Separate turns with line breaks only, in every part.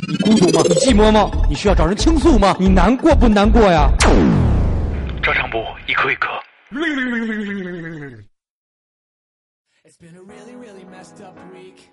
你孤独吗？你寂寞吗？你需要找人倾诉吗？你难过不难过呀？
照常不一颗一颗。
It's been a really, really messed up week.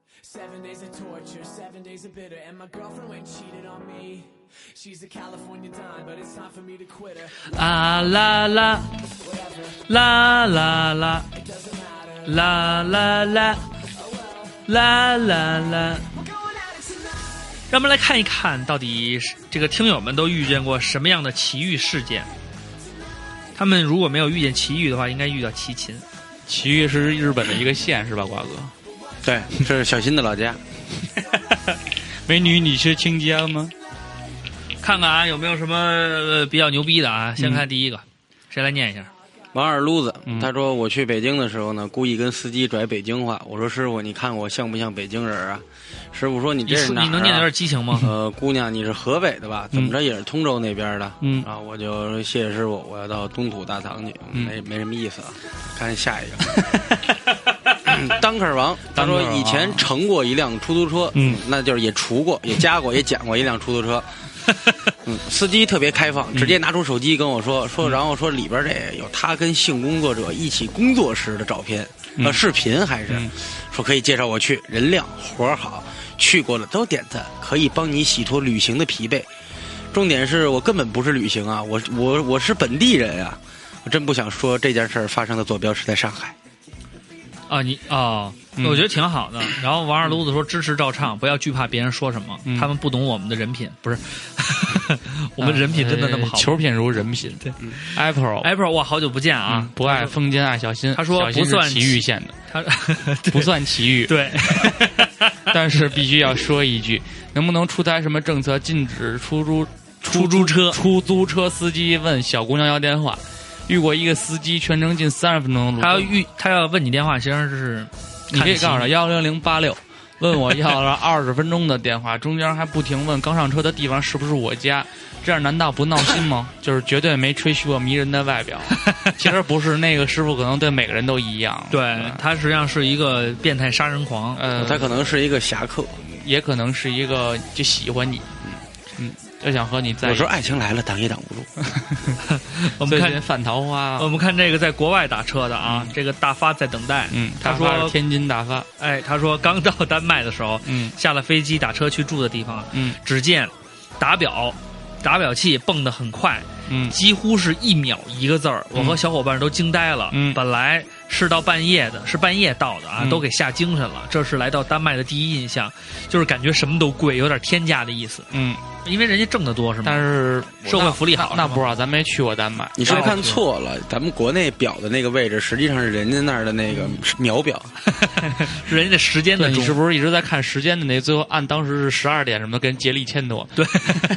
7 days of torture, 7 days of bitter, and my girlfriend went and cheated on me. She's a California dime, but it's time for me to quit her.
啊啦啦，啦啦啦，啦啦啦，啦啦啦。让我们来看一看，到底这个听友们都遇见过什么样的奇遇事件？他们如果没有遇见奇遇的话，应该遇到齐秦。
奇遇是日本的一个县是吧，瓜哥？
对，这是小新的老家。
美女，你是亲家吗？
看看啊，有没有什么比较牛逼的啊？先看第一个，谁来念一下？
王二撸子，他说我去北京的时候呢，故意跟司机拽北京话。我说师傅，你看我像不像北京人啊？师傅说你这是哪儿啊？
你能念得有点激情吗？
姑娘，你是河北的吧？怎么着也是通州那边的？啊，我就谢谢师傅，我要到东土大唐去，没什么意思啊。看下一个，当克王，他说以前乘过一辆出租车，那就是也除过，也加过，也捡过一辆出租车。司机特别开放，直接拿出手机跟我说，然后说里边这有他跟性工作者一起工作时的照片，视频还是，说可以介绍我去，人靓活好，去过的都点赞，可以帮你洗脱旅行的疲惫。重点是我根本不是旅行啊，我是本地人啊，我真不想说这件事儿发生的坐标是在上海。
啊，我觉得挺好的。然后王二撸子说支持照唱，不要惧怕别人说什么，他们不懂我们的人品，不是我们人品真的那么好？
求品如人品。对，April，
哇，好久不见啊！
不爱封建爱小心，
他说不算
奇遇县的，他不算奇遇。
对，
但是必须要说一句，能不能出台什么政策禁止出租车司机问小姑娘要电话？遇过一个司机全程近30分钟的路，
他要问你电话，其实是
你可以告诉他10086，问我要了20分钟的电话，中间还不停问刚上车的地方是不是我家，这样难道不闹心吗？就是绝对没吹嘘过迷人的外表，其实不是，那个师傅可能对每个人都一样，
对，他实际上是一个变态杀人狂，
他可能是一个侠客，
也可能是一个就喜欢你，就想和你在一起。
有时候爱情来了，挡也挡不住。
我们看
反桃花，
我们看这个在国外打车的啊，这个大发在等待。他说
天津大发，
他说刚到丹麦的时候，下了飞机打车去住的地方，只见打表器蹦得很快，几乎是1秒1个字儿，我和小伙伴都惊呆了。本来是半夜到的啊，都给吓精神了。这是来到丹麦的第一印象，就是感觉什么都贵，有点天价的意思。因为人家挣得多是吗？
但是
社会福利好，
那不知道，咱没去过丹麦。
你是不是看错了？咱们国内表的那个位置，实际上是人家那儿的那个秒表，
是人家的时间的。
你是不是一直在看时间的那？最后按当时是12点什么，跟接力1,000多。
对。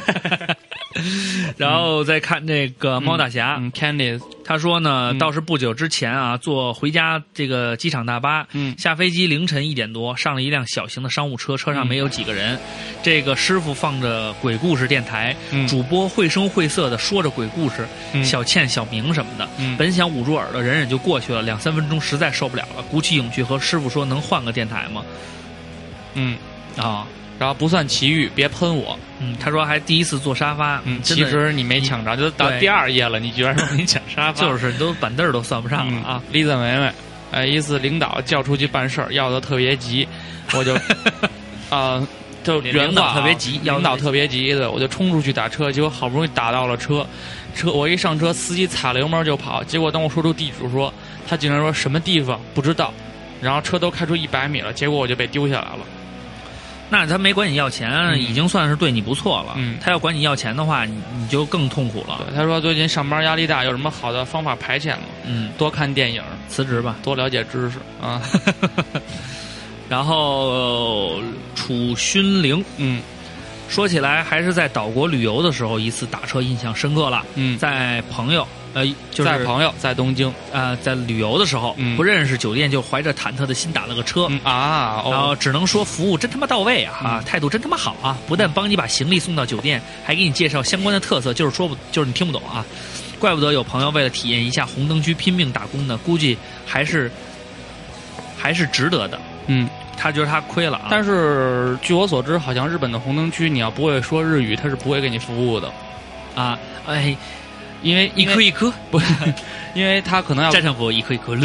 然后再看这个猫大侠
，Candice，
他说呢，倒是不久之前啊，坐回家这个机场大巴，下飞机凌晨1点多，上了一辆小型的商务车，车上没有几个人。这个师傅放着鬼故事电台，主播绘声绘色的说着鬼故事，小倩、小明什么的。本想捂住耳朵忍忍就过去了，2-3分钟实在受不了了，鼓起勇气和师傅说：“能换个电台吗？”
然后不算奇遇，别喷我。
他说还第一次坐沙发。
其实你没抢着，就到第2页了，你居然说你抢沙发，
就是你都板凳都算不上了啊。
李子梅梅，一次领导叫出去办事儿，要的特别急，我就就原话
特别急，
领导特别急的，我就冲出去打车，结果好不容易打到了车，我一上车，司机踩了油门就跑，结果当我说出地址说，他竟然说什么地方不知道，然后车都开出100米了，结果我就被丢下来了。
那他没管你要钱，已经算是对你不错了。他要管你要钱的话，你就更痛苦了。
他说最近上班压力大，有什么好的方法排遣吗？多看电影，
辞职吧，
多了解知识啊。
然后楚勋玲，说起来还是在岛国旅游的时候一次打车印象深刻了。在朋友。
在朋友在东京
在旅游的时候，不认识酒店就怀着忐忑的心打了个车然后只能说服务真他妈到位啊，态度真他妈好啊！不但帮你把行李送到酒店，还给你介绍相关的特色，就是你听不懂啊！怪不得有朋友为了体验一下红灯区拼命打工呢，估计还是值得的。 他觉得他亏了啊。
但是据我所知，好像日本的红灯区，你要不会说日语，他是不会给你服务的
啊。哎，
因为
一颗一颗
不，因为他可能要
战胜服一颗一颗，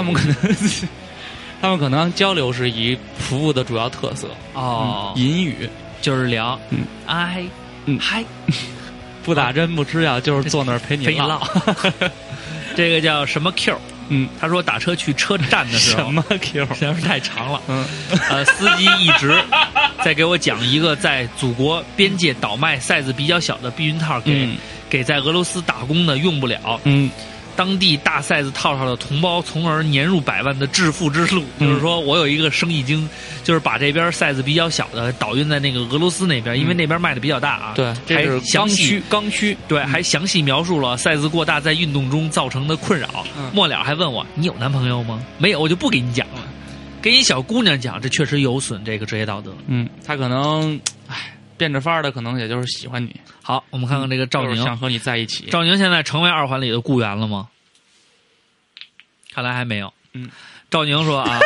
他们可能交流是以服务的主要特色
哦，
隐语
就是聊，哎，嗨，
不打针不吃药，就是坐那儿陪你唠。
这个叫什么 Q？ 他说打车去车站的时候，
什么 Q？
实在是太长了。司机一直在给我讲一个在祖国边界倒卖size比较小的避孕套给在俄罗斯打工的用不了。当地大size套的同胞，从而年入100万的致富之路。就是说我有一个生意经，就是把这边size比较小的导运在那个俄罗斯那边，因为那边卖的比较大啊。
对，这是刚需。
对，还详细描述了size过大在运动中造成的困扰。末了还问我你有男朋友吗？没有，我就不给你讲了。给你小姑娘讲，这确实有损这个职业道德。
他可能，变着法儿的，可能也就是喜欢你。
好，我们看看这个赵宁，
想和你在一起。
赵宁现在成为2环里的雇员了吗？看来还没有。赵宁说啊，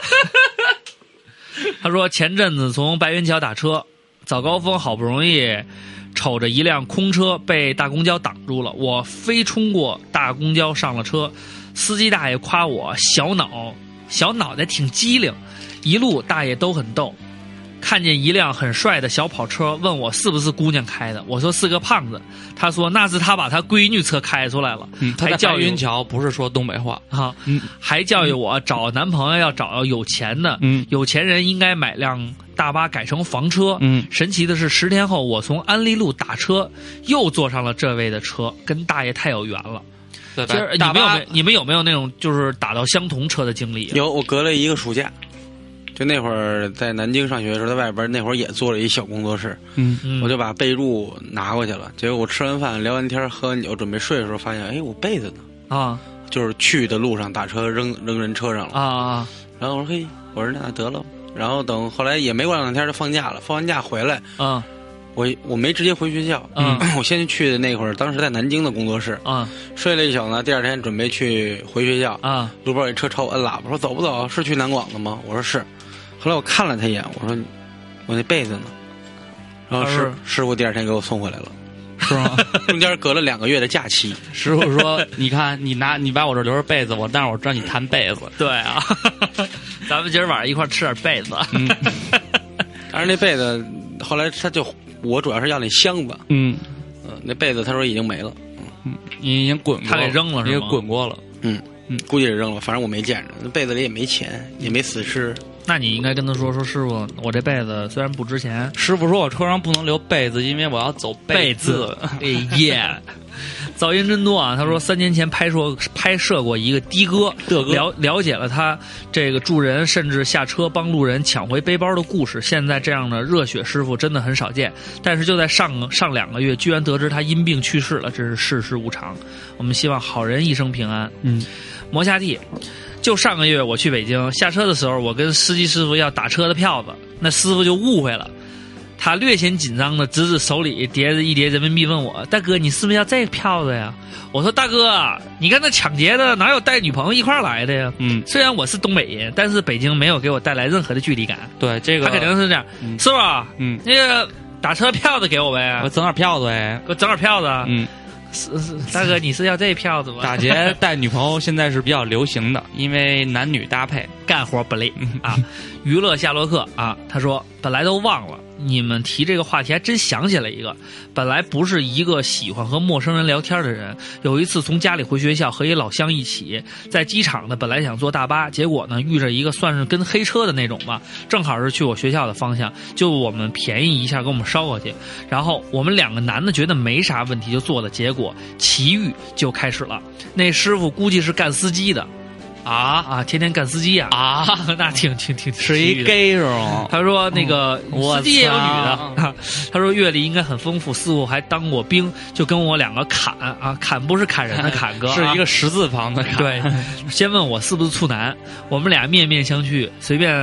他说前阵子从白云桥打车，早高峰好不容易瞅着一辆空车被大公交挡住了，我飞冲过大公交上了车，司机大爷夸我小脑袋挺机灵，一路大爷都很逗。看见一辆很帅的小跑车，问我是不是姑娘开的，我说是个胖子，他说那是他把他闺女车开出来了。
他在白云桥不是说东北话
啊，还教育我找男朋友要找有钱的，有钱人应该买辆大巴改成房车。神奇的是10天后我从安利路打车又坐上了这位的车，跟大爷太有缘了。其实你们有没有那种就是打到相同车的经历？
有，我隔了一个暑假。就那会儿在南京上学的时候，在外边那会儿也做了一小工作室，我就把被褥拿过去了。结果我吃完饭聊完天喝完酒准备睡的时候，发现我被子呢啊，就是去的路上打车扔人车上了啊。然后我说嘿，我说那得了。然后等后来也没过2天就放假了，放完假回来啊，我没直接回学校，我先去的那会儿当时在南京的工作室啊，睡了一宿呢。第2天准备回学校啊，路边有一车朝我摁喇叭说走不走？是去南广的吗？我说是。后来我看了他一眼，我说我那被子呢？然后师傅第2天给我送回来了，
是吗？
中间隔了2个月的假期。
师傅说：“你看，你把我这留着被子，但是我知道你弹被子。”
对啊，咱们今儿晚上一块吃点被子。
但是那被子后来我主要是要那箱子。那被子他说已经没了。
你已经滚过了，
他给扔了是吗？
也滚过了。
估计也扔了，反正我没见着。那被子里也没钱，也没死尸。
那你应该跟他说师傅，我这被子虽然不值钱，
师傅说我车上不能留被子，因为我要走被字。
哎耶！噪音真多啊！他说3年前拍摄过一个的哥，了解了他这个助人甚至下车帮路人抢回背包的故事。现在这样的热血师傅真的很少见，但是就在上2个月，居然得知他因病去世了，真是世事无常。我们希望好人一生平安。磨下地。就上个月我去北京，下车的时候我跟司机师傅要打车的票子，那师傅就误会了，他略显紧张的指手里叠着1叠人民币问我，大哥你是不是要这个票子呀？我说大哥你看那抢劫的哪有带女朋友一块来的呀？虽然我是东北人，但是北京没有给我带来任何的距离感。
对，这个
他肯定是这样。师傅那个打车票子给我呗，
我整点票子
给我整点票子。大哥你是要这票子吗？
打劫带女朋友现在是比较流行的，因为男女搭配，
干活不累啊。娱乐夏洛克啊，他说本来都忘了，你们提这个话题还真想起来一个。本来不是一个喜欢和陌生人聊天的人，有一次从家里回学校，和一老乡一起在机场呢，本来想坐大巴，结果呢遇着一个算是跟黑车的那种吧，正好是去我学校的方向，就我们便宜一下给我们捎过去。然后我们2个男的觉得没啥问题就做了，结果奇遇就开始了。那师傅估计是干司机的。天天干司机啊！那挺
是一 gay 是吗？
他说那个司机也有女的，他说阅历应该很丰富，似乎还当过兵，就跟我2个砍不是砍人的砍哥，
是一个10字旁的砍。
对，先问我是不是处男，我们俩面面相觑，随便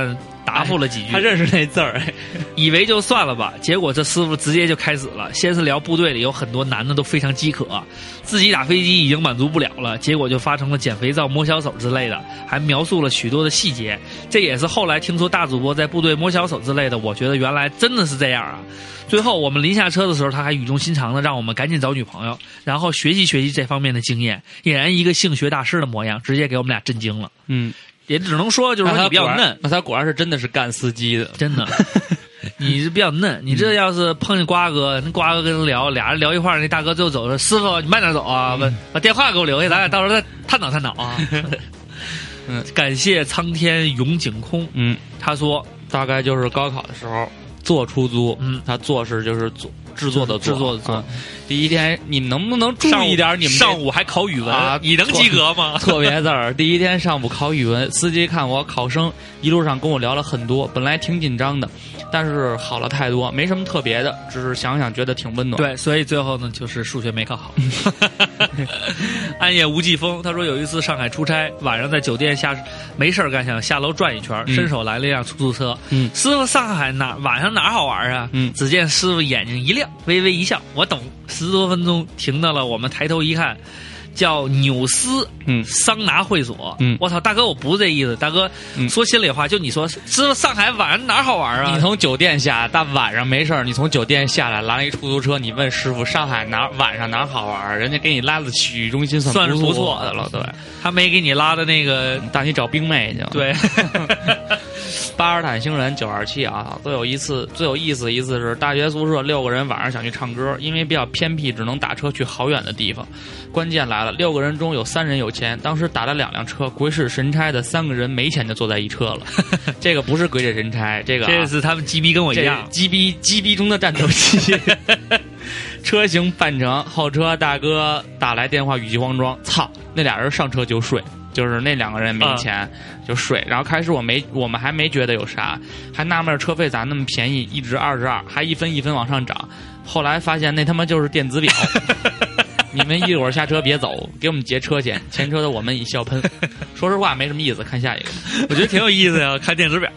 答复了几句。
他认识那字儿，
以为就算了吧，结果这师傅直接就开始了。先是聊部队里有很多男的都非常饥渴，自己打飞机已经满足不了了，结果就发成了捡肥皂、摸小手之类的，还描述了许多的细节。这也是后来听说大主播在部队摸小手之类的，我觉得原来真的是这样啊。最后我们临下车的时候，他还语重心长的让我们赶紧找女朋友，然后学习学习这方面的经验，俨然一个性学大师的模样，直接给我们俩震惊了。也只能说就是说你比较嫩。
那他果然是真的是干司机的，
真的。你是比较嫩，你这要是碰见瓜哥，那瓜哥跟他聊，俩人聊一块儿，那大哥最后走说：“师傅，你慢点走啊，把电话给我留下，咱俩到时候再探讨探讨啊。”感谢苍天永景空。
他说大概就是高考的时候坐出租，他做是就是制作的做。第一天你们能不能注意点？你们
上午还考语文啊？你能及格吗？
特别字儿。第一天上午考语文，司机看我考生，一路上跟我聊了很多，本来挺紧张的，但是好了太多，没什么特别的，只是想想觉得挺温暖。
对，所以最后呢，就是数学没考好。暗夜无际风，他说有一次上海出差，晚上在酒店没事干，想下楼转一圈，伸手来了一辆出租车。师傅，上海晚上哪好玩啊？只见师傅眼睛一亮，微微一笑，我懂。10多分钟停到了，我们抬头一看，叫纽斯桑拿会所。我操，大哥，我不是这意思，大哥，说心里话，就你说，师傅，上海晚上哪好玩啊？
你从酒店下，大晚上没事你从酒店下来，拦了一出租车，你问师傅上海晚上哪好玩？人家给你拉到洗浴中心
算是不
错的了，对，
他没给你拉的那个，
带你找冰妹去。
对。
巴尔坦星人927啊，最有意思一次是大学宿舍6个人晚上想去唱歌，因为比较偏僻，只能打车去好远的地方。关键来了，6个人中有3人有钱，当时打了2辆车，鬼使神差的3个人没钱就坐在一车了。这个不是鬼使神差，这
是他们鸡逼跟我一样，
鸡逼中的战斗机。车行半程，后车大哥打来电话，语气慌张，操，那俩人上车就睡。就是那2个人没钱就睡，然后开始我们还没觉得有啥，还纳闷车费咋那么便宜，一直22，还一分一分往上涨。后来发现那他妈就是电子表。你们一会儿下车别走，给我们结车钱，前车的我们已笑喷。说实话没什么意思，看下一个。
我觉得挺有意思呀，看电子表。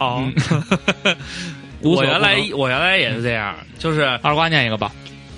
我原来也是这样，就是
二瓜念一个吧。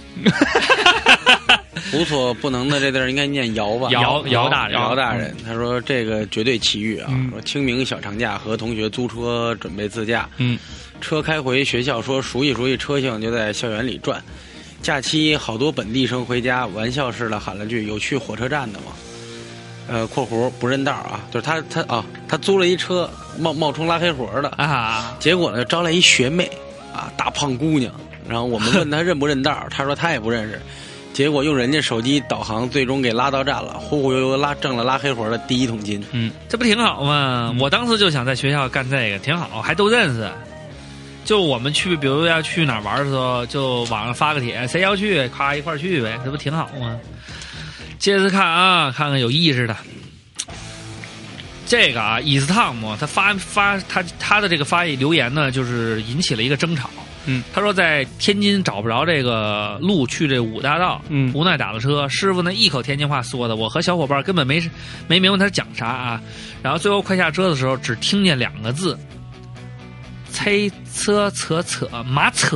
无所不能的这字儿应该念姚吧？
姚大
人，他说这个绝对奇遇啊！说清明小长假和同学租车准备自驾，车开回学校，说熟悉车性，就在校园里转。假期好多本地生回家，玩笑似的喊了句：“有去火车站的吗？”括弧不认道啊，就是他租了一车冒充拉黑活的
啊，
结果呢招来一学妹啊，大胖姑娘，然后我们问他认不认道，他说他也不认识。结果用人家手机导航，最终给拉到站了，忽忽悠悠挣了拉黑活的第一桶金。
这不挺好吗？我当时就想在学校干这个，挺好，还都认识。就我们去，比如要去哪儿玩的时候，就网上发个帖，谁要去，咔一块儿去呗，这不挺好吗？接着看啊，看看有意思的。这个啊，伊斯汤姆他他的这个留言呢，就是引起了一个争吵。他说在天津找不着这个路去这5大道，无奈打了车。师傅呢一口天津话说的，我和小伙伴根本没明白他讲啥啊。然后最后快下车的时候，只听见2个字：拆车扯马扯。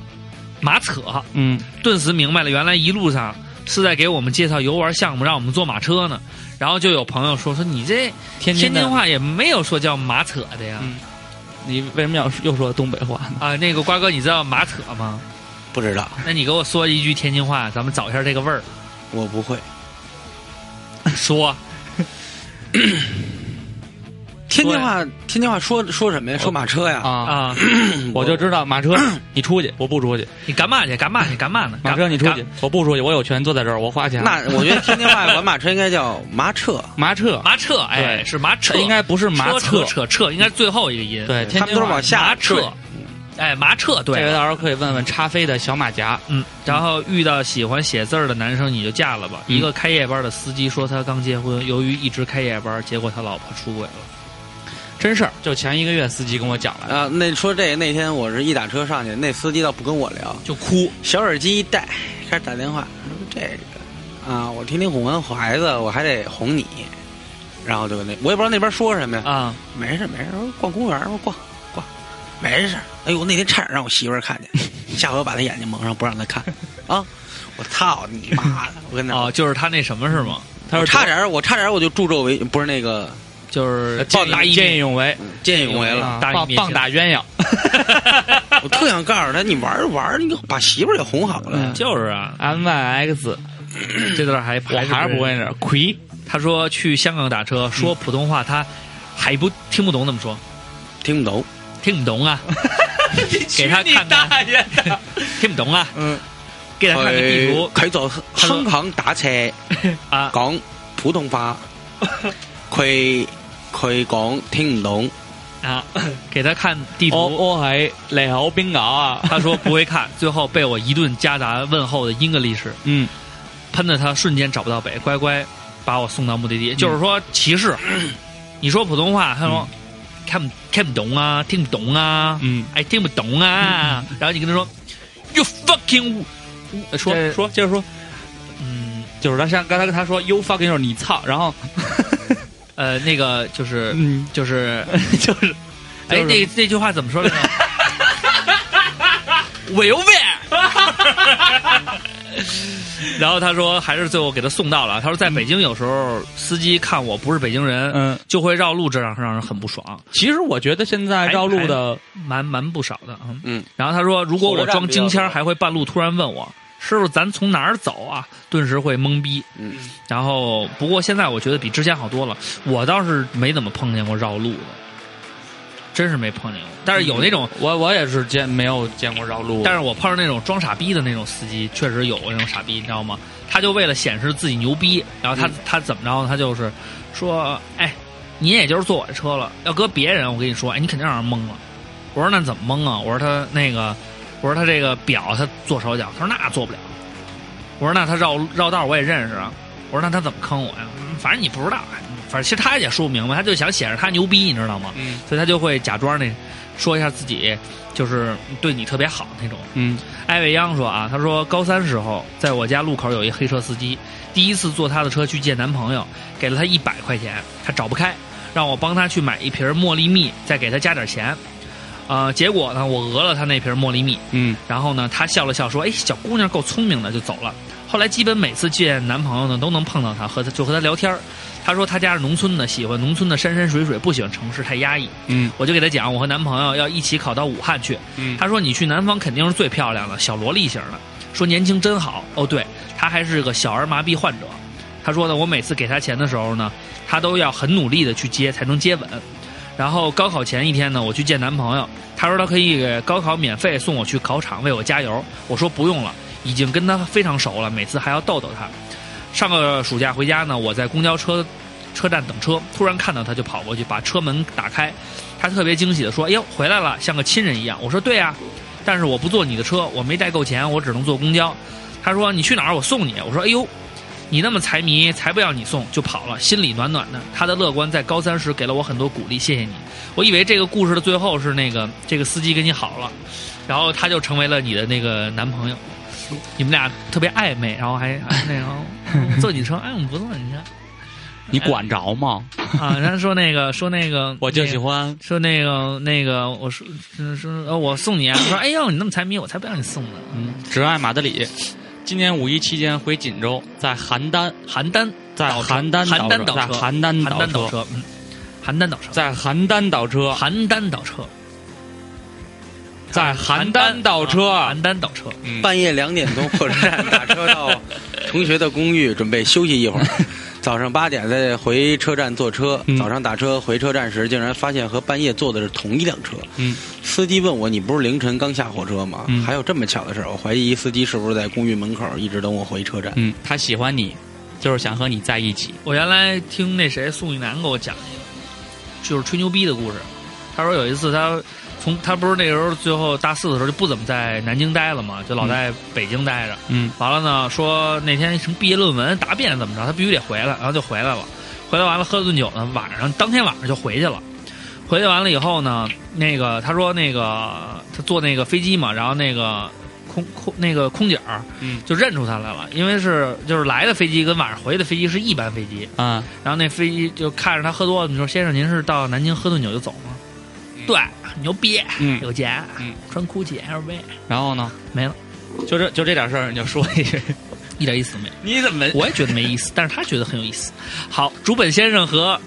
顿时明白了，原来一路上是在给我们介绍游玩项目，让我们坐马车呢。然后就有朋友说你这天津话也没有说叫马扯的呀。
你为什么又说东北话呢？
啊，那个瓜哥，你知道马扯吗？
不知道。
那你给我说一句天津话，咱们找一下这个味儿。
我不会
说。
天津话说什么呀？说马车呀？
啊！
我就知道马车，你出去，我不出去。
你干嘛去？干嘛呢？
马车你出去，我不出去，我有权坐在这儿，我花钱。
那我觉得天津话管马车应该叫马车，
哎，是马车，
应该不是马
车，应该是最后一个音。
对，
他们都是往下
车。哎，马车，对，
这个到时候可以问问插飞的小马甲。
然后遇到喜欢写字的男生，你就嫁了吧。一个开夜班的司机说他刚结婚，由于一直开夜班，结果他老婆出轨了。
真事儿，就前1个月司机跟我讲了
啊。那说这个那天我是一打车上去，那司机倒不跟我聊，
就哭，
小耳机一戴，开始打电话说这个啊，我天天哄完孩子，我还得哄你，然后就跟我也不知道那边说什么呀
啊，
没事，逛公园，逛， 没事。哎呦，那天差点让我媳妇儿看见，下回我把她眼睛蒙上，不让她看啊！我操你妈的！我跟他
就是他那什么是吗？
他说差点我就助纣为不是那个。
就是
见义勇为，
见义勇为了，
棒打鸳鸯。
我特想告诉他，你玩你把媳妇儿也哄好了。
就是啊
，MYX，
这段还
我还是不会呢。魁，
他说去香港打车，说普通话他还听不懂，怎么说？
听不懂啊！
给他看看，听不懂啊！给他看个地图。
佢做香港打車啊，講普通話。佢講聽唔懂
啊，给他看地圖。
我係你好邊個啊？
他說不會看，最後被我一頓夾雜問候的英格利士，噴得他瞬間找不到北，乖乖把我送到目的地。就是說歧視，你說普通話，他說看不懂啊，聽不懂啊，哎聽不懂啊，然後你跟他說 you fucking，
說接着說，就是他像剛才跟他說 you fucking 就是你操，然後。
那个就是，哎，那句话怎么说来着？我有问。然后他说，还是最后给他送到了。他说，在北京有时候司机看我不是北京人，就会绕路，这让人很不爽。
其实我觉得现在绕路的
蛮不少的，然后他说，如果我装京腔，还会半路突然问我。师傅，咱从哪儿走啊？顿时会懵逼。然后不过现在我觉得比之前好多了。我倒是没怎么碰见过绕路的，真是没碰见过。但是有那种，
我也是没有见过绕路。
但是我碰上那种装傻逼的那种司机，确实有那种傻逼，你知道吗？他就为了显示自己牛逼，然后他怎么着呢？他就是说，哎，你也就是坐我这车了，要搁别人，我跟你说，哎，你肯定让人懵了。我说那怎么懵啊？我说他这个表他做手脚，他说那做不了。我说那他绕道我也认识啊。我说那他怎么坑我呀？反正你不知道，反正其实他也说不明白，他就想显示他牛逼，你知道吗？所以他就会假装说一下自己就是对你特别好那种。艾未央说啊，他说高三时候在我家路口有一黑车司机，第一次坐他的车去见男朋友，给了他100块钱，他找不开，让我帮他去买一瓶茉莉蜜，再给他加点钱。结果呢，我讹了他那瓶茉莉蜜，然后呢，他笑了笑说：“哎，小姑娘够聪明的，就走了。”后来基本每次见男朋友呢，都能碰到他，和他聊天。他说他家是农村的，喜欢农村的山山水水，不喜欢城市太压抑。我就给他讲，我和男朋友要一起考到武汉去。他说你去南方肯定是最漂亮的，小萝莉型的。说年轻真好。哦，对，他还是个小儿麻痹患者。他说呢，我每次给他钱的时候呢，他都要很努力的去接才能接稳。然后高考前一天呢，我去见男朋友，他说他可以给高考免费送我去考场为我加油。我说不用了，已经跟他非常熟了，每次还要逗逗他。上个暑假回家呢，我在公交车站等车，突然看到他就跑过去把车门打开，他特别惊喜的说：“哎呦，回来了，像个亲人一样。”我说：“对啊，但是我不坐你的车，我没带够钱，我只能坐公交。”他说：“你去哪儿？我送你。”我说：“哎呦。”你那么财迷，才不要你送就跑了，心里暖暖的。他的乐观在高三时给了我很多鼓励，谢谢你。我以为这个故事的最后是这个司机跟你好了，然后他就成为了你的那个男朋友，你们俩特别暧昧，然后还那个坐你车，哎，我们不坐你车，
你管着吗？
啊，然后说那个，
我就喜欢
说那个，我说我送你啊，说哎呦，你那么财迷，我才不要你送呢。
只爱马德里。今年5·1期间回锦州，在邯郸在邯郸倒车，
邯郸倒车，
在邯郸倒车，在邯郸倒车，
半夜2点从火车站打车到同学的公寓，准备休息一会儿。早上8点再回车站坐车，早上打车回车站时，竟然发现和半夜坐的是同一辆车。司机问我：“你不是凌晨刚下火车吗？”还有这么巧的事儿，我怀疑司机是不是在公寓门口一直等我回车站。
他喜欢你，就是想和你在一起。
我原来听那谁宋玉楠给我讲一个，就是吹牛逼的故事。他说有一次他不是那时候最后大4的时候就不怎么在南京待了嘛，就老在北京待着。完了呢，说那天什么毕业论文答辩怎么着，他必须得回来，然后就回来了。回来完了喝了顿酒呢，当天晚上就回去了。回去完了以后呢，他说他坐那个飞机嘛，然后那个空姐儿就认出他来了，因为就是来的飞机跟晚上回去的飞机是一班飞机啊。然后那飞机就看着他喝多了，你说先生您是到南京喝顿酒就走吗？ 对，牛逼，有钱，穿 GUCCI LV，
然后呢，
没了，
就这点事儿，你就说一句，
一点意思没？
你怎么？
我也觉得没意思，但是他觉得很有意思。好，竹本先生和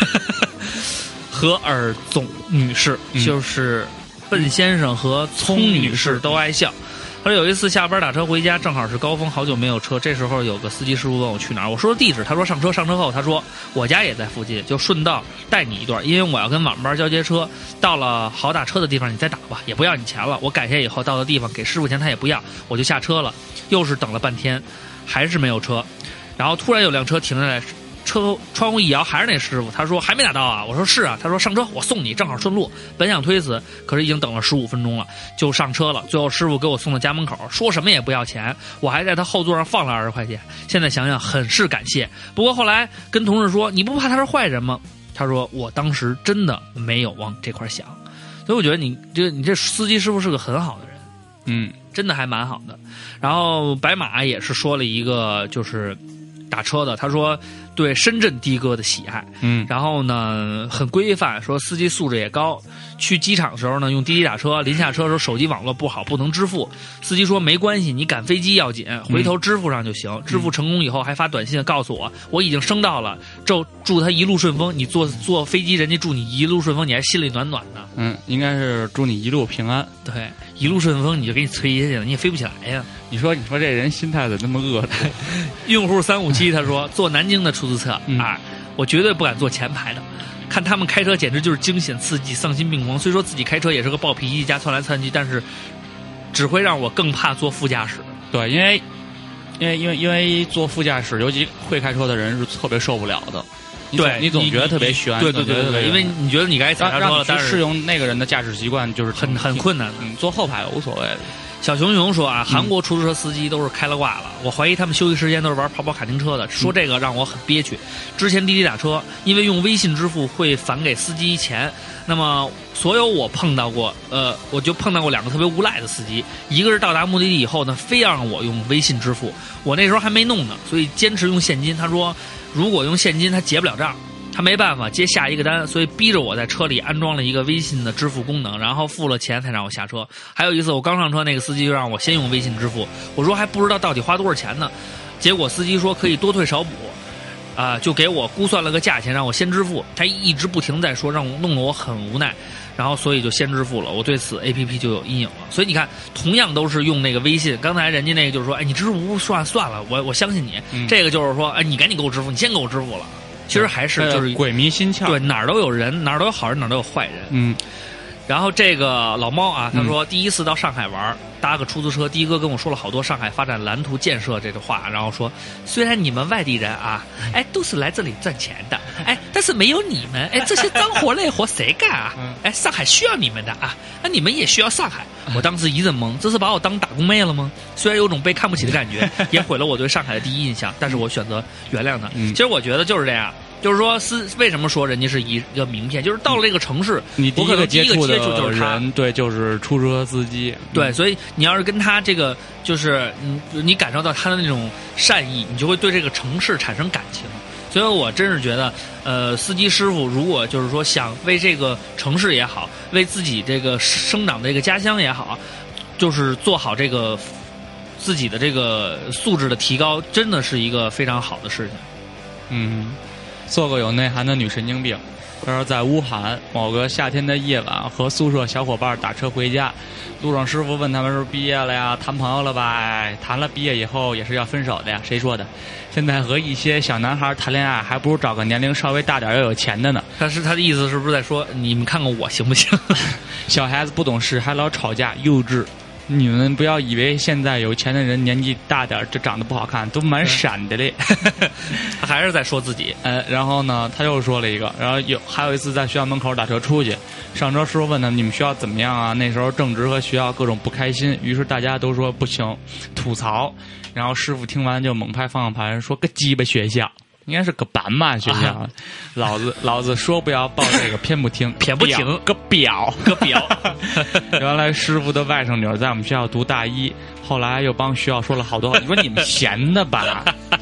尔总女士，就是笨先生和聪女士都爱笑。他说有一次下班打车回家，正好是高峰，好久没有车。这时候有个司机师傅问我去哪儿，我说地址，他说上车。上车后他说我家也在附近，就顺道带你一段，因为我要跟晚班交接车。到了好打车的地方你再打吧，也不要你钱了。我改下以后到的地方给师傅钱他也不要，我就下车了。又是等了半天，还是没有车。然后突然有辆车停下来，车窗户一摇，还是那师傅。他说还没打到啊？我说是啊。他说上车，我送你，正好顺路。本想推辞，可是已经等了15分钟了，就上车了。最后师傅给我送到家门口，说什么也不要钱，我还在他后座上放了20块钱。现在想想很是感谢。不过后来跟同事说，你不怕他是坏人吗？他说我当时真的没有往这块想。所以我觉得你这司机师傅是个很好的人，真的还蛮好的。然后白马也是说了一个就是打车的，他说对深圳的哥的喜爱，然后呢很规范，说司机素质也高。去机场的时候呢，用滴滴打车，临下车的时候手机网络不好不能支付，司机说没关系，你赶飞机要紧，回头支付上就行。支付成功以后还发短信告诉我已经升到了，祝他一路顺风。你坐飞机，人家祝你一路顺风，你还心里暖暖的。
应该是祝你一路平安。
对，一路顺风，你就给你催下去了，你也飞不起来呀。
你说这人心态怎么那么恶劣？
用户357他说坐南京的出租车我绝对不敢坐前排的。看他们开车简直就是惊险刺激丧心病狂，虽说自己开车也是个暴脾气加窜来窜去，但是只会让我更怕坐副驾驶。
对，因为坐副驾驶，尤其会开车的人是特别受不了的。
对，
你总觉得特别悬。
对，因为你觉得你该踩刹车了，但是
适应那个人的驾驶习惯就是
很困难的。
坐后排无所谓的。
小熊熊说韩国出租车司机都是开了挂了，我怀疑他们休息时间都是玩跑跑卡丁车的。说这个让我很憋屈。之前滴滴打车，因为用微信支付会返给司机钱，那么所有我碰到过我就碰到过2个特别无赖的司机，一个是到达目的地以后呢，非要让我用微信支付，我那时候还没弄呢，所以坚持用现金。他说如果用现金他结不了账，他没办法接下一个单，所以逼着我在车里安装了一个微信的支付功能，然后付了钱才让我下车。还有一次我刚上车，那个司机就让我先用微信支付，我说还不知道到底花多少钱呢，结果司机说可以多退少补，就给我估算了个价钱让我先支付，他一直不停在说，让我弄得我很无奈，然后所以就先支付了。我对此 APP 就有阴影了。所以你看，同样都是用那个微信，刚才人家那个就是说，你支付算了，我相信你，这个就是说，你赶紧给我支付，你先给我支付了。其实还是就是
鬼迷心窍，
对，哪儿都有人，哪儿都有好人，哪儿都有坏人。然后这个老猫啊，他说第一次到上海玩，搭个出租车，的哥跟我说了好多上海发展蓝图建设这个话，然后说虽然你们外地人啊，都是来这里赚钱的，但是没有你们，这些脏活累活谁干啊？上海需要你们的啊，那你们也需要上海。我当时一阵懵，这是把我当打工妹了吗？虽然有种被看不起的感觉，也毁了我对上海的第一印象，但是我选择原谅他。其实我觉得就是这样。就是说，为什么说人家是一个名片？就是到了这个城市，
你第一个接触的
就是他，
对，就是出租车司机。
对，所以你要是跟他这个，就是你感受到他的那种善意，你就会对这个城市产生感情。所以我真是觉得，司机师傅如果就是说想为这个城市也好，为自己这个生长的这个家乡也好，就是做好这个自己的这个素质的提高，真的是一个非常好的事情。
做个有内涵的女神经病。他说在乌罕某个夏天的夜晚，和宿舍小伙伴打车回家，路上师傅问他们是毕业了呀，谈朋友了吧？谈了毕业以后也是要分手的呀，谁说的？现在和一些小男孩谈恋爱，还不如找个年龄稍微大点又有钱的呢。
但是他的意思是不是在说你们看看我行不行？
小孩子不懂事还老吵架，幼稚。你们不要以为现在有钱的人年纪大点就长得不好看，都蛮闪的嘞。
他还是在说自己。
然后呢，他又说了一个，然后还有一次在学校门口打车出去，上车师傅问他们你们学校怎么样啊？那时候正值和学校各种不开心，于是大家都说不行，吐槽。然后师傅听完就猛拍方向盘说个鸡巴学校。应该是个板吧学校，老子说不要报这个，偏不听，
偏不听，
个表。原来师傅的外甥女在我们学校读大一，后来又帮学校说了好多话。你说你们闲的吧？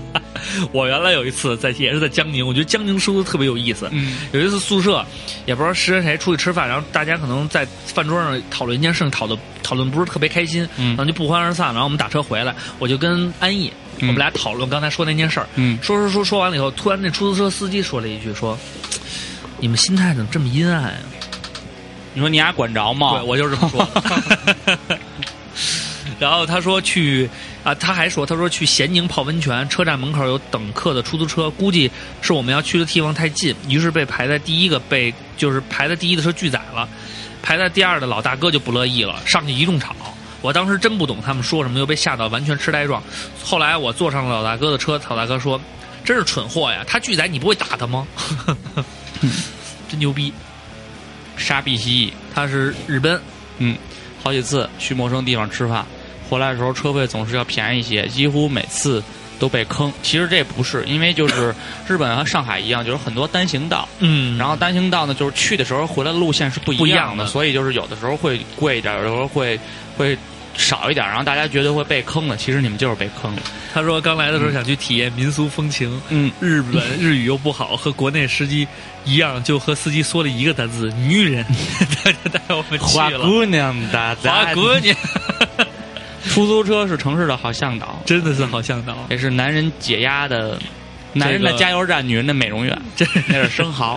我原来有一次也是在江宁，我觉得江宁出租特别有意思。有一次宿舍也不知道是谁出去吃饭，然后大家可能在饭桌上讨论一件事情，讨论不是特别开心，然后就不欢而散。然后我们打车回来，我就跟安逸，我们俩讨论刚才说那件事儿。说完了以后，突然那出租车司机说了一句说：“你们心态怎么这么阴暗呀？”
你说你俩管着吗？
对，我就是这么说。然后他说他还说去咸宁泡温泉，车站门口有等客的出租车，估计是我们要去的地方太近，于是被排在第一的车拒载了，排在第二的老大哥就不乐意了，上去一通吵。我当时真不懂他们说什么，又被吓到完全痴呆状。后来我坐上了老大哥的车，老大哥说：“真是蠢货呀，他拒载你不会打他吗？”真牛逼。
沙必西，
他是日本，
好几次去陌生地方吃饭，回来的时候车费总是要便宜一些，几乎每次都被坑。其实这不是，因为就是日本和上海一样，就是很多单行道，然后单行道呢，就是去的时候回来的路线是不一样的，所以就是有的时候会贵一点，有的时候会少一点，然后大家觉得会被坑了，其实你们就是被坑了。
他说刚来的时候想去体验民俗风情，日本日语又不好，和国内司机一样，就和司机说了一个单字“女人”，他就带我们去了。
花姑娘的，
花姑娘。
出租车是城市的好向导，
真的是好向导，
也是男人解压的，男人的加油站，女人的美容院，那是生蚝。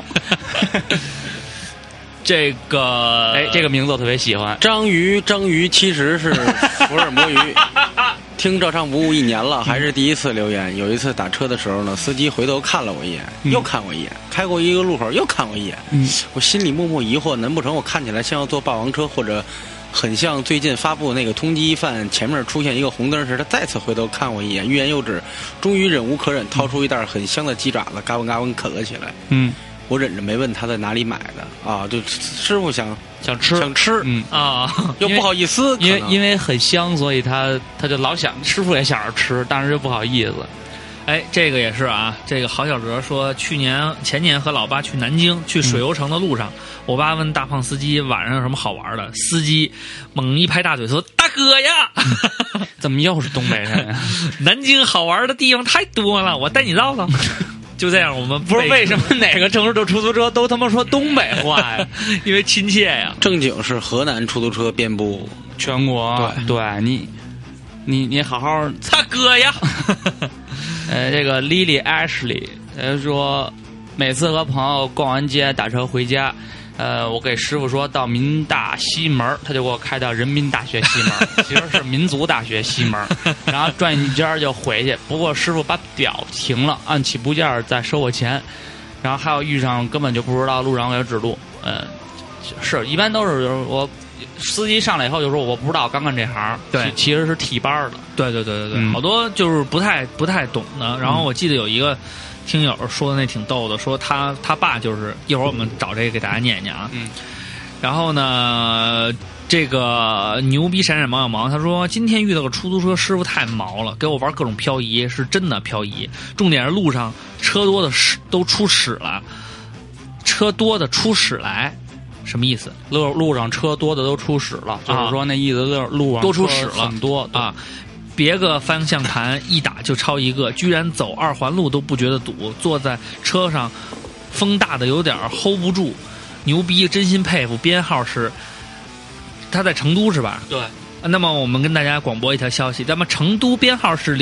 这个
名字我特别喜欢。
章鱼其实是福尔摩鱼。听照唱不误1年了，还是第一次留言。有一次打车的时候呢，司机回头看了我一眼，又看我一眼，开过一个路口又看我一眼。我心里默默疑惑，难不成我看起来像要坐霸王车，或者很像最近发布那个通缉犯前面出现一个红灯时，他再次回头看我一眼，欲言又止，终于忍无可忍，掏出一袋很香的鸡爪子，嘎嘣嘎嘣啃了起来。我忍着没问他在哪里买的啊，就师傅想吃，又不好意思，
因为很香，所以他就老想，师傅也想着吃，但是又不好意思。
这个也是啊，这个郝小哲说，前年和老爸去南京，去水游城的路上，我爸问大胖司机晚上有什么好玩的，司机猛一拍大腿说：“大哥呀，
怎么又是东北人？
南京好玩的地方太多了，我带你绕绕。”就这样，我们
不是为什么哪个城市的出租车都他妈说东北话呀？
因为亲切呀。
正经是河南出租车遍布
全国。对你好好
大哥呀。
这个 Lily Ashley 说，每次和朋友逛完街打车回家，我给师傅说到民大西门，他就给我开到人民大学西门，其实是民族大学西门，然后转一圈就回去。不过师傅把表停了，按起步价再收我钱。然后还有遇上根本就不知道路上给指路，是一般都是我司机上来以后就说我不知道，刚干这行，
对，
其实是替班的，
对，好多就是不太懂的。然后我记得有一个听友说的那挺逗的，说他爸就是一会儿我们找这个给大家念念啊。然后呢，这个牛逼闪闪毛小毛他说，今天遇到个出租车师傅太毛了，给我玩各种漂移，是真的漂移。重点是路上车多的都出屎了，车多的出屎来。什么意思？
路上车多的都出屎了，就是说那意思就是路上
多出屎了
很多啊。
别个方向盘一打就超一个，居然走2环路都不觉得堵，坐在车上风大的有点 hold 不住，牛逼，真心佩服。编号是他在成都是吧？
对。
那么我们跟大家广播一条消息，那么成都编号是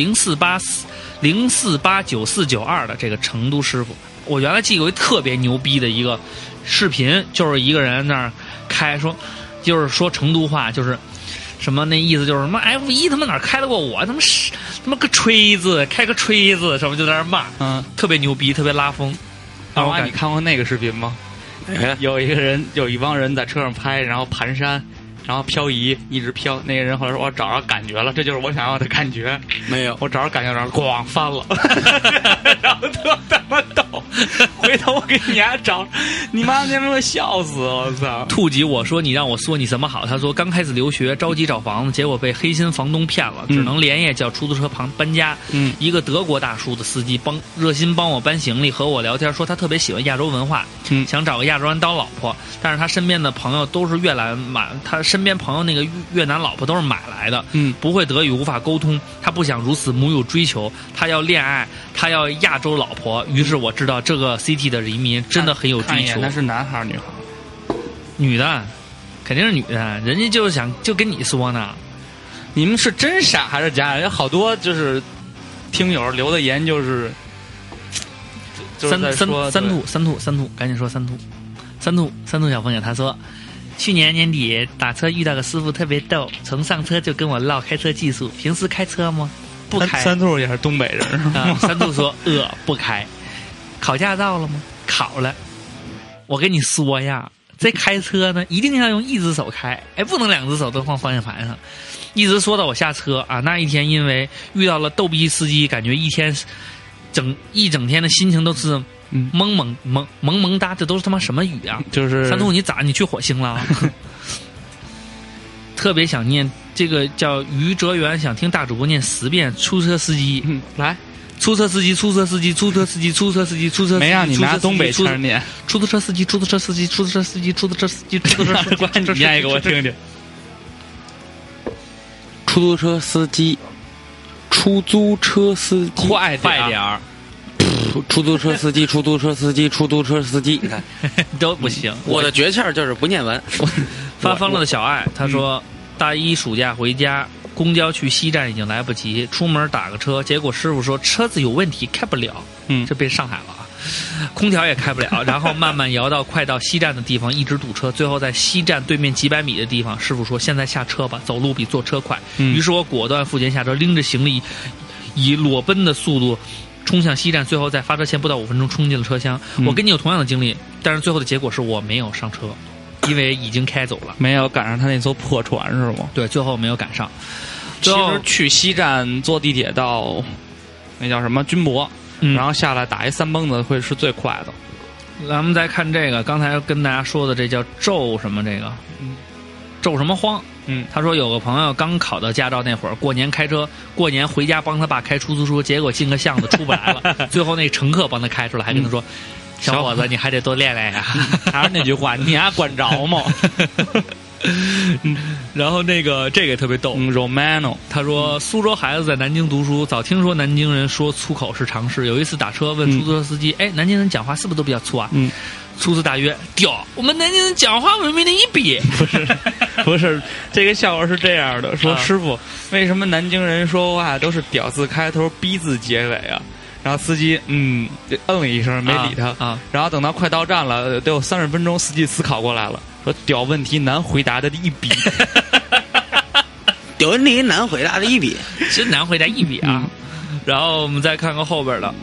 0489492的这个成都师傅，我原来记过一特别牛逼的一个视频，就是一个人那儿开说，就是说成都话，就是什么那意思就是什么 F1 他妈哪开得过我，他妈个锤子，开个锤子什么就在那儿骂，特别牛逼，特别拉风。
你看过那个视频吗？有一帮人在车上拍，然后盘山，然后漂移，一直漂。那个人后来说：“我找着感觉了，这就是我想要的感觉。”
没有，
我找着感觉，然后咣翻了，然后特他妈逗。回头我给你丫找，你妈那会笑死我操！
兔吉我说你让我说你怎么好？他说刚开始留学，着急找房子，结果被黑心房东骗了，只能连夜叫出租车搬家。一个德国大叔的司机热心帮我搬行李，和我聊天，说他特别喜欢亚洲文化，想找个亚洲人当老婆，但是他身边的朋友都是越南身边朋友那个越南老婆都是买来的，不会德语，无法沟通，他不想如此母有追求，他要恋爱，他要亚洲老婆。于是我知道这个 CT 的移民真的很有追求。
那是男孩女孩？
女的，肯定是女的，人家就是想就跟你说呢。
你们是真傻还是假？有好多就是听友留的言就是
三兔，赶紧说三兔小朋友，他说去年年底打车遇到个师傅特别逗，从上车就跟我唠开车技术。平时开车吗？不开。
三兔也是东北人
三兔说不开。考驾照了吗？考了。我跟你说呀，这开车呢一定要用一只手开，不能两只手都放方向盘上。一直说到我下车啊，那一天因为遇到了逗逼司机，感觉一整天的心情都是萌萌哒，这都是他妈什么语啊？就是三兔，你去火星了？特别想念这个叫于哲元，想听大主播念10遍出租车司机。
来，
出租车司机，出租车司机，出租车司机，出租车司机，出租车司机，
没让你拿东北腔念。
出租车司机，出租车司机，出租车司机，出租车司机，出租车司机，
你念一个我听听。
出租车司机，出租车司机，
快点儿！
出租车司机，出租车司机，出租车司机，你看
都不行。
我的诀窍就是不念完。
发疯了的小爱，他说大一暑假回家，公交去西站已经来不及，出门打个车，结果师傅说车子有问题开不了，这变上海了啊。空调也开不了，然后慢慢摇到快到西站的地方，一直堵车，最后在西站对面几百米的地方，师傅说现在下车吧，走路比坐车快。于是我果断付钱下车，拎着行李以裸奔的速度冲向西站，最后在发车前不到5分钟冲进了车厢。我跟你有同样的经历，但是最后的结果是我没有上车，因为已经开走了，
没有赶上他那艘破船是吗？
对，最后没有赶上。
其实去西站坐地铁到那叫什么军博。然后下来打一3蹦子会是最快的。
咱们再看这个，刚才跟大家说的这叫咒什么这个，咒什么慌。他说有个朋友刚考到驾照那会儿，过年开车，过年回家帮他爸开出租车，结果进个巷子出不来了，最后那乘客帮他开出来，还跟他说：“小伙子，你还得多练练呀。”
还是那句话，你还管着吗？
然后这个也特别逗
，Romano
他说苏州孩子在南京读书，早听说南京人说粗口是常事。有一次打车问出租车司机：“南京人讲话是不是都比较粗啊？”出租大约屌，我们南京人讲话文明的一比。
不是，这个笑话是这样的，说师傅，为什么南京人说话都是屌字开头，逼字结尾啊？然后司机了一声没理他然后等到快到站了，得有30分钟，司机思考过来了，说屌问题难回答的一笔。
屌问题难回答的一笔，
真难回答一笔啊。然后我们再看看后边的，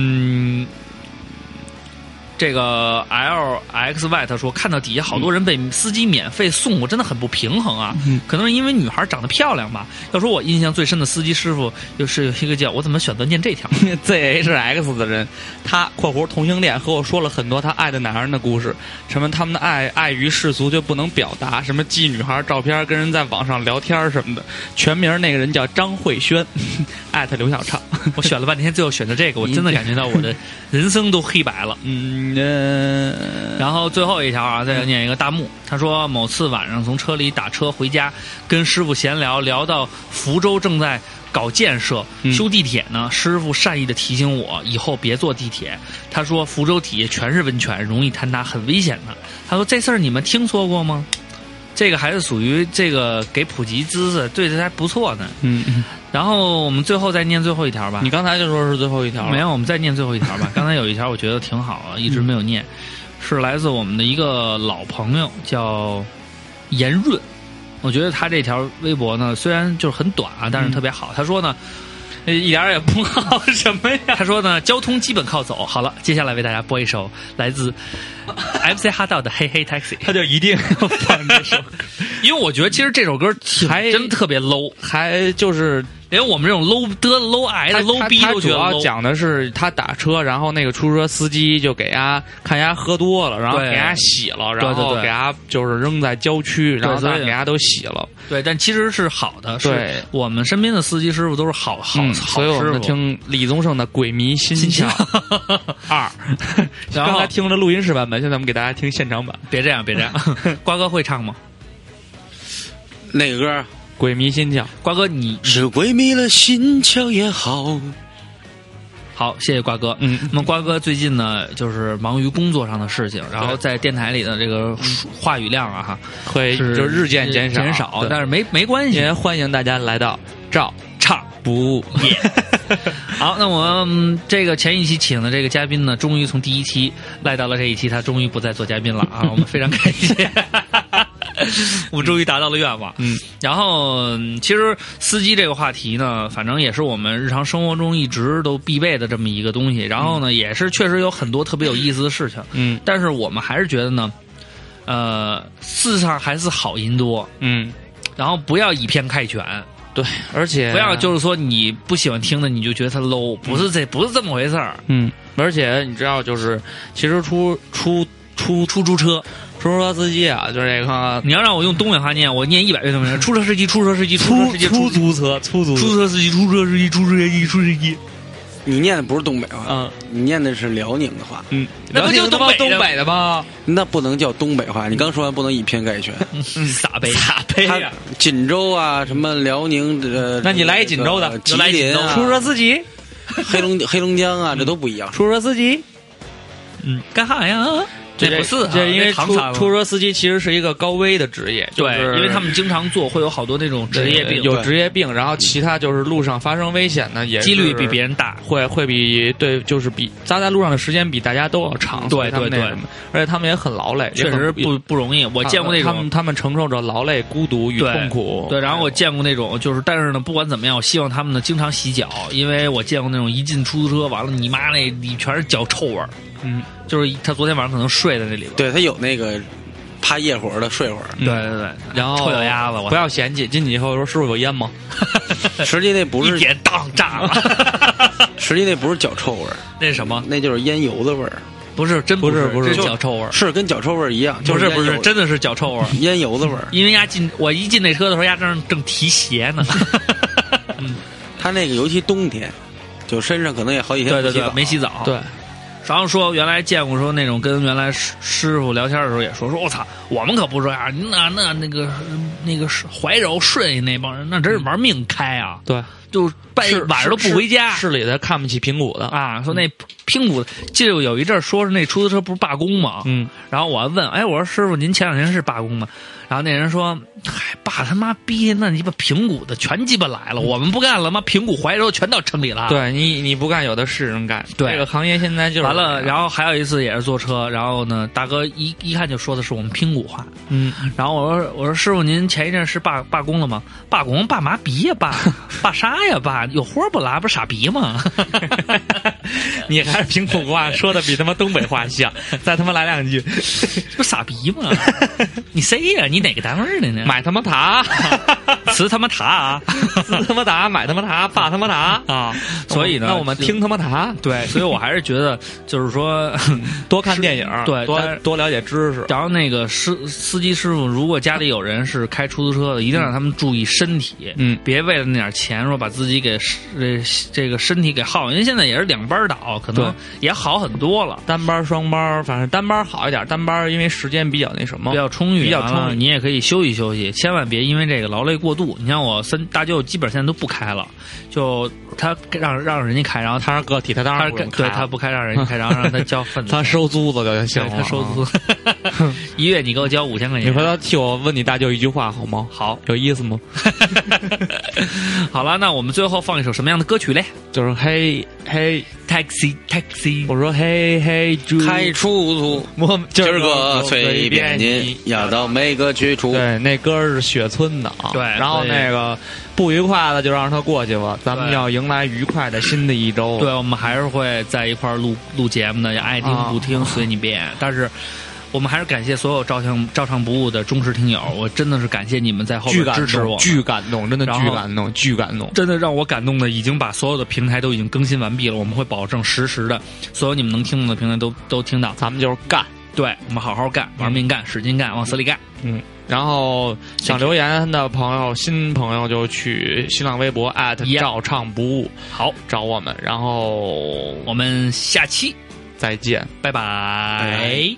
这个 LXY 他说看到底下好多人被司机免费送，我真的很不平衡啊。可能是因为女孩长得漂亮吧。要说我印象最深的司机师傅，就是有一个叫我怎么选择念这条
ZHX 的人，他括弧同性恋和我说了很多他爱的男人的故事，什么他们的爱于世俗就不能表达，什么寄女孩照片跟人在网上聊天什么的。全名那个人叫张慧轩，艾特刘小畅。
我选了半天，最后选择这个，我真的感觉到我的人生都黑白了。然后最后一条啊，再念一个大木，他说某次晚上从车里打车回家，跟师傅闲聊，聊到福州正在搞建设修地铁呢，师傅善意的提醒我以后别坐地铁。他说福州底下全是温泉，容易坍塌，很危险的。他说这事儿你们听说过吗？这个还是属于这个给普及知识，对这还不错呢。然后我们最后再念最后一条吧。
你刚才就说是最后一条，
没有，我们再念最后一条吧。刚才有一条我觉得挺好的，一直没有念，是来自我们的一个老朋友叫严润。我觉得他这条微博呢，虽然就是很短啊，但是特别好。他说呢，
一点也不好什么呀？
他说呢，交通基本靠走。好了，接下来为大家播一首来自 MC 哈道的《嘿嘿 Taxi》，
他就一定要放这首歌，
因为我觉得其实这首歌还真特别 low，
还就是
连我们这种 low 矮的 low 逼都觉得 low。
他主要讲的是他打车，然后那个出租车司机就给他看他喝多了，然后给他洗了，然后给他就是扔在郊区，然后再给他都洗了。
对，但其实是好的。对，我们身边的司机师傅都是好
所以我们听李宗盛的《鬼迷心窍2》，刚才听了录音室版本，现在我们给大家听现场版。
别这样，瓜哥会唱吗？
哪个歌？
鬼迷心窍。
瓜哥，你
是鬼迷了心窍也好。
好，谢谢瓜哥。那么瓜哥最近呢，就是忙于工作上的事情，然后在电台里的这个话语量啊，
会就日渐减少，
但是没关系，
也欢迎大家来到照唱不误。
好，那我们这个前一期请的这个嘉宾呢，终于从第一期赖到了这一期，他终于不再做嘉宾了啊，我们非常感谢。我们终于达到了愿望。然后其实司机这个话题呢，反正也是我们日常生活中一直都必备的这么一个东西。然后呢，也是确实有很多特别有意思的事情。但是我们还是觉得呢，世上还是好人多。然后不要以偏概全。
对，而且
不要就是说你不喜欢听的你就觉得它 low， 不是这么回事儿。
而且你知道，就是其实出租车司机啊，就是这个，
你要让我用东北话念，我念100遍都没事。出租车司机，
出租车司机，
你念的不是东北话，你念的是辽宁的话。
那不就东
北的吗？
那不能叫东北话。你刚说完不能以偏概全。
傻杯
呀！锦州啊，什么辽宁的，
那你来锦州的，
吉林啊，
出租车司机，
黑龙江啊，这都不一样。
出租车司机，
干啥呀？这不是，
这因为出租车司机其实是一个高危的职业，
对，因为他们经常做，会有好多那种职业病，
有职业病，然后其他就是路上发生危险呢，也
几率比别人大，
会比对，就是比扎在路上的时间比大家都要长，
对，
而且他们也很劳累，
确实不容易。我见过那种
他们承受着劳累、孤独与痛苦，
对，然后我见过那种就是，但是呢，不管怎么样，我希望他们呢经常洗脚，因为我见过那种一进出租车，完了你妈那里全是脚臭味儿。就是他昨天晚上可能睡在那里边，
对他有那个怕夜火的睡会儿，
对，
然后
臭脚丫子，
不要嫌弃，进去以后说师傅有烟吗？
实际那不是
一点当炸了，
实际那不是脚臭味儿，
那是什么？
那就是烟油的味儿，
不是，真不是脚臭味儿，
是跟脚臭味儿一样，
不是，真的是脚臭味儿，
烟油的味儿。
因为我一进那车的时候，正提鞋呢，
他那个尤其冬天，就身上可能也好几天
没洗澡，
对。
然后说原来见过说那种跟原来师傅聊天的时候也说我操，我们可不这样，那个怀柔顺那帮人那真是玩命开啊，
对，
就晚上都不回家，
市里的看不起平谷的
啊，说那平谷记得有一阵说是那出租车不是罢工吗？然后我问，我说师傅您前2天是罢工吗？然后那人说，嗨，爸他妈逼，那鸡巴平谷的全鸡巴来了，我们不干了吗？平谷怀柔全到城里了。
对你不干，有的是人干。
对，
这个行业现在就是
完了。然后还有一次也是坐车，然后呢，大哥一看就说的是我们平谷话。然后我说师傅您前一阵是罢工了吗？罢工罢嘛逼呀罢啥呀罢？有活不拉不是傻逼吗？
你还是平谷话说的比他妈东北话像，再他妈来2句，
不傻逼吗？你谁呀？你哪个单位的呢？
买他妈塔，
吃他妈塔啊，
吃他妈塔，买他妈塔，罢他妈塔啊！
所以呢，
那我们听他妈塔。
对，所以我还是觉得，就是说，
多看电影，
对，
多了解知识。
然后那个司机师傅，如果家里有人是开出租车的，一定让他们注意身体，别为了那点钱说把自己给这个身体给耗。因为现在也是2班倒，可能也好很多了。
单班、双班，反正单班好一点，单班因为时间比较那什么，
比较充裕，
你
也可以休息休息，千万别因为这个劳累过度。你像我大舅基本现在都不开了，就他让人家开，然后
他是个体，他当然不用开，
对他不开让人家开，然后让他交份子，
他收租子就行了，
他收租，一月你给我交5000块钱。
你回头替我问你大舅一句话好吗？
好，
有意思吗？
好了，那我们最后放一首什么样的歌曲嘞？
就是嘿 taxi，
我
说嘿
开出租，
我
今儿个随便你，要到每个去处。
对，那歌是雪村的啊。
对，
然后那个不愉快的就让他过去吧，咱们要迎来愉快的新的一周。
对，我们还是会在一块儿录节目的，爱听不听随你便。但是我们还是感谢所有照唱不误的忠实听友，我真的是感谢你们在后面支持我，
巨感动，真的巨感动，巨感动，
真的让我感动的，已经把所有的平台都已经更新完毕了。我们会保证实时的，所有你们能听到的平台都听到。
咱们就是干，
对，我们好好干，玩命干，使劲干，往死里干。
然后想留言的朋友，新朋友就去新浪微博照唱不误，
好
找我们。然后
我们下期
再见，
拜拜。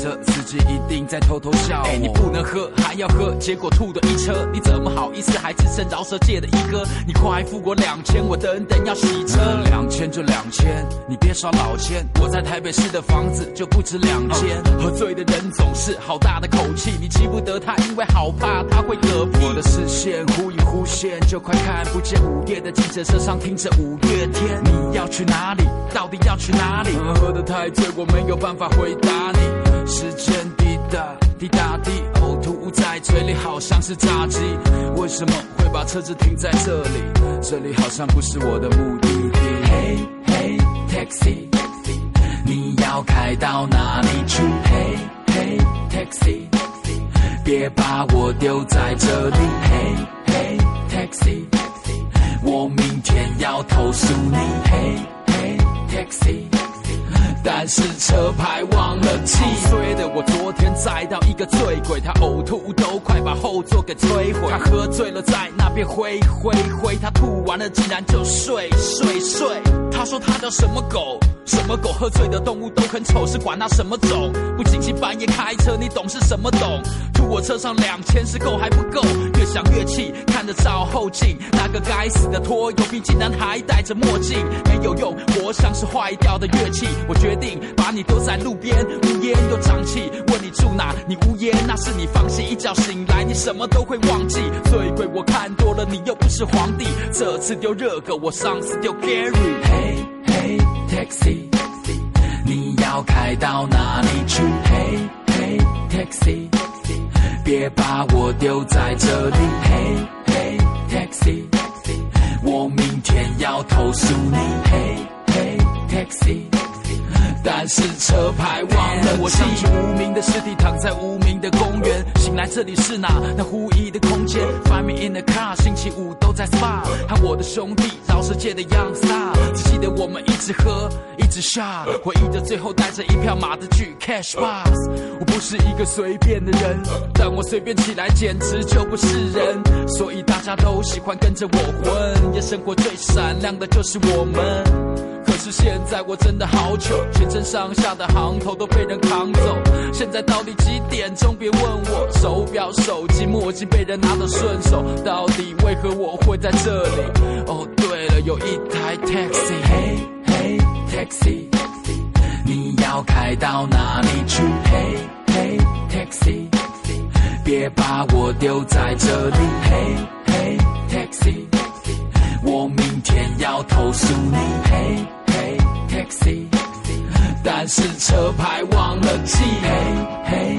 车，司机一定在偷偷笑我。你不能喝还要喝，结果吐的一车，你怎么好意思还自称饶舌界的一哥？你快付我2000，我等等要洗车。2000就2000，你别耍老千，我在台北市的房子就不止2间。喝醉的人总是好大的口气，你气不得他，因为好怕他会嗝屁。我的视线忽隐忽现，就快看不见午夜的计程车上听着五月天。你要去哪里？到底要去哪里？喝得太醉，我没有办法回答你。时间滴答滴答滴，呕吐物在嘴里，好像是炸鸡。为什么会把车子停在这里？这里好像不是我的目的地。Hey hey taxi， 你要开到哪里去？ Hey hey taxi， 别把我丢在这里。Hey hey taxi， 我明天要投诉你。Hey hey taxi，但是车牌忘了记。衰的我昨天载到一个醉鬼，他呕吐物都快把后座给摧毁。他喝醉了在那边挥，他吐完了竟然就睡。他说他叫什么狗？什么狗喝醉的动物都很丑，是管他什么种。不经心半夜开车，你懂是什么懂？吐我车上2000是够还不够？越想越气，看着照后镜，那个该死的拖油瓶竟然还戴着墨镜。没有用，活像是坏掉的乐器。我决定把你丢在路边，无烟又瘴气。问你住哪，你无言，那是你放弃。一觉醒来，你什么都会忘记。醉鬼我看多了，你又不是皇帝。这次丢热狗，我上次丢 Gary。Hey hey taxi， 你要开到哪里去？ Hey hey taxi， 别把我丢在这里。Hey hey taxi， 我明天要投诉你。Hey hey taxi， 但是车牌忘了我像具无名的尸体躺在无名的公园，醒来这里是哪？那狐疑的空间。Find me in the car， 星期五都在 SPA， 和我的兄弟饶舌界的 young star， 只记得我们一直喝一直 shot， 回忆着最后带着一票马的去 cash box。 我不是一个随便的人，但我随便起来简直就不是人，所以大家都喜欢跟着我混，夜生活最闪亮的就是我们。可是现在我真的好糗，全身上下的行头都被人扛走。现在到底几点钟？别问我，手表、手机、墨镜被人拿得顺手，到底为何我会在这里？哦，对了，有一台 taxi。Hey hey taxi， 你要开到哪里去？ Hey hey taxi， 别把我丢在这里。Hey hey taxi， 我明天要投诉你。Hey hey taxi， 但是车牌忘了记。Hey hey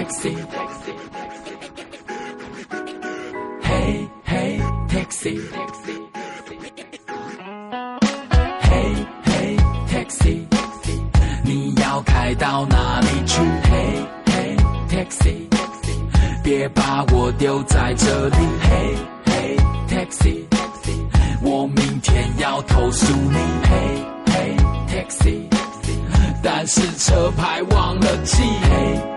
taxi，Hey hey taxi，Hey hey taxi， 你要开到哪里去？ Hey hey taxi， 别把我丢在这里。Hey hey taxi， 我明天要投诉你。Hey hey taxi， 但是车牌忘了记。Hey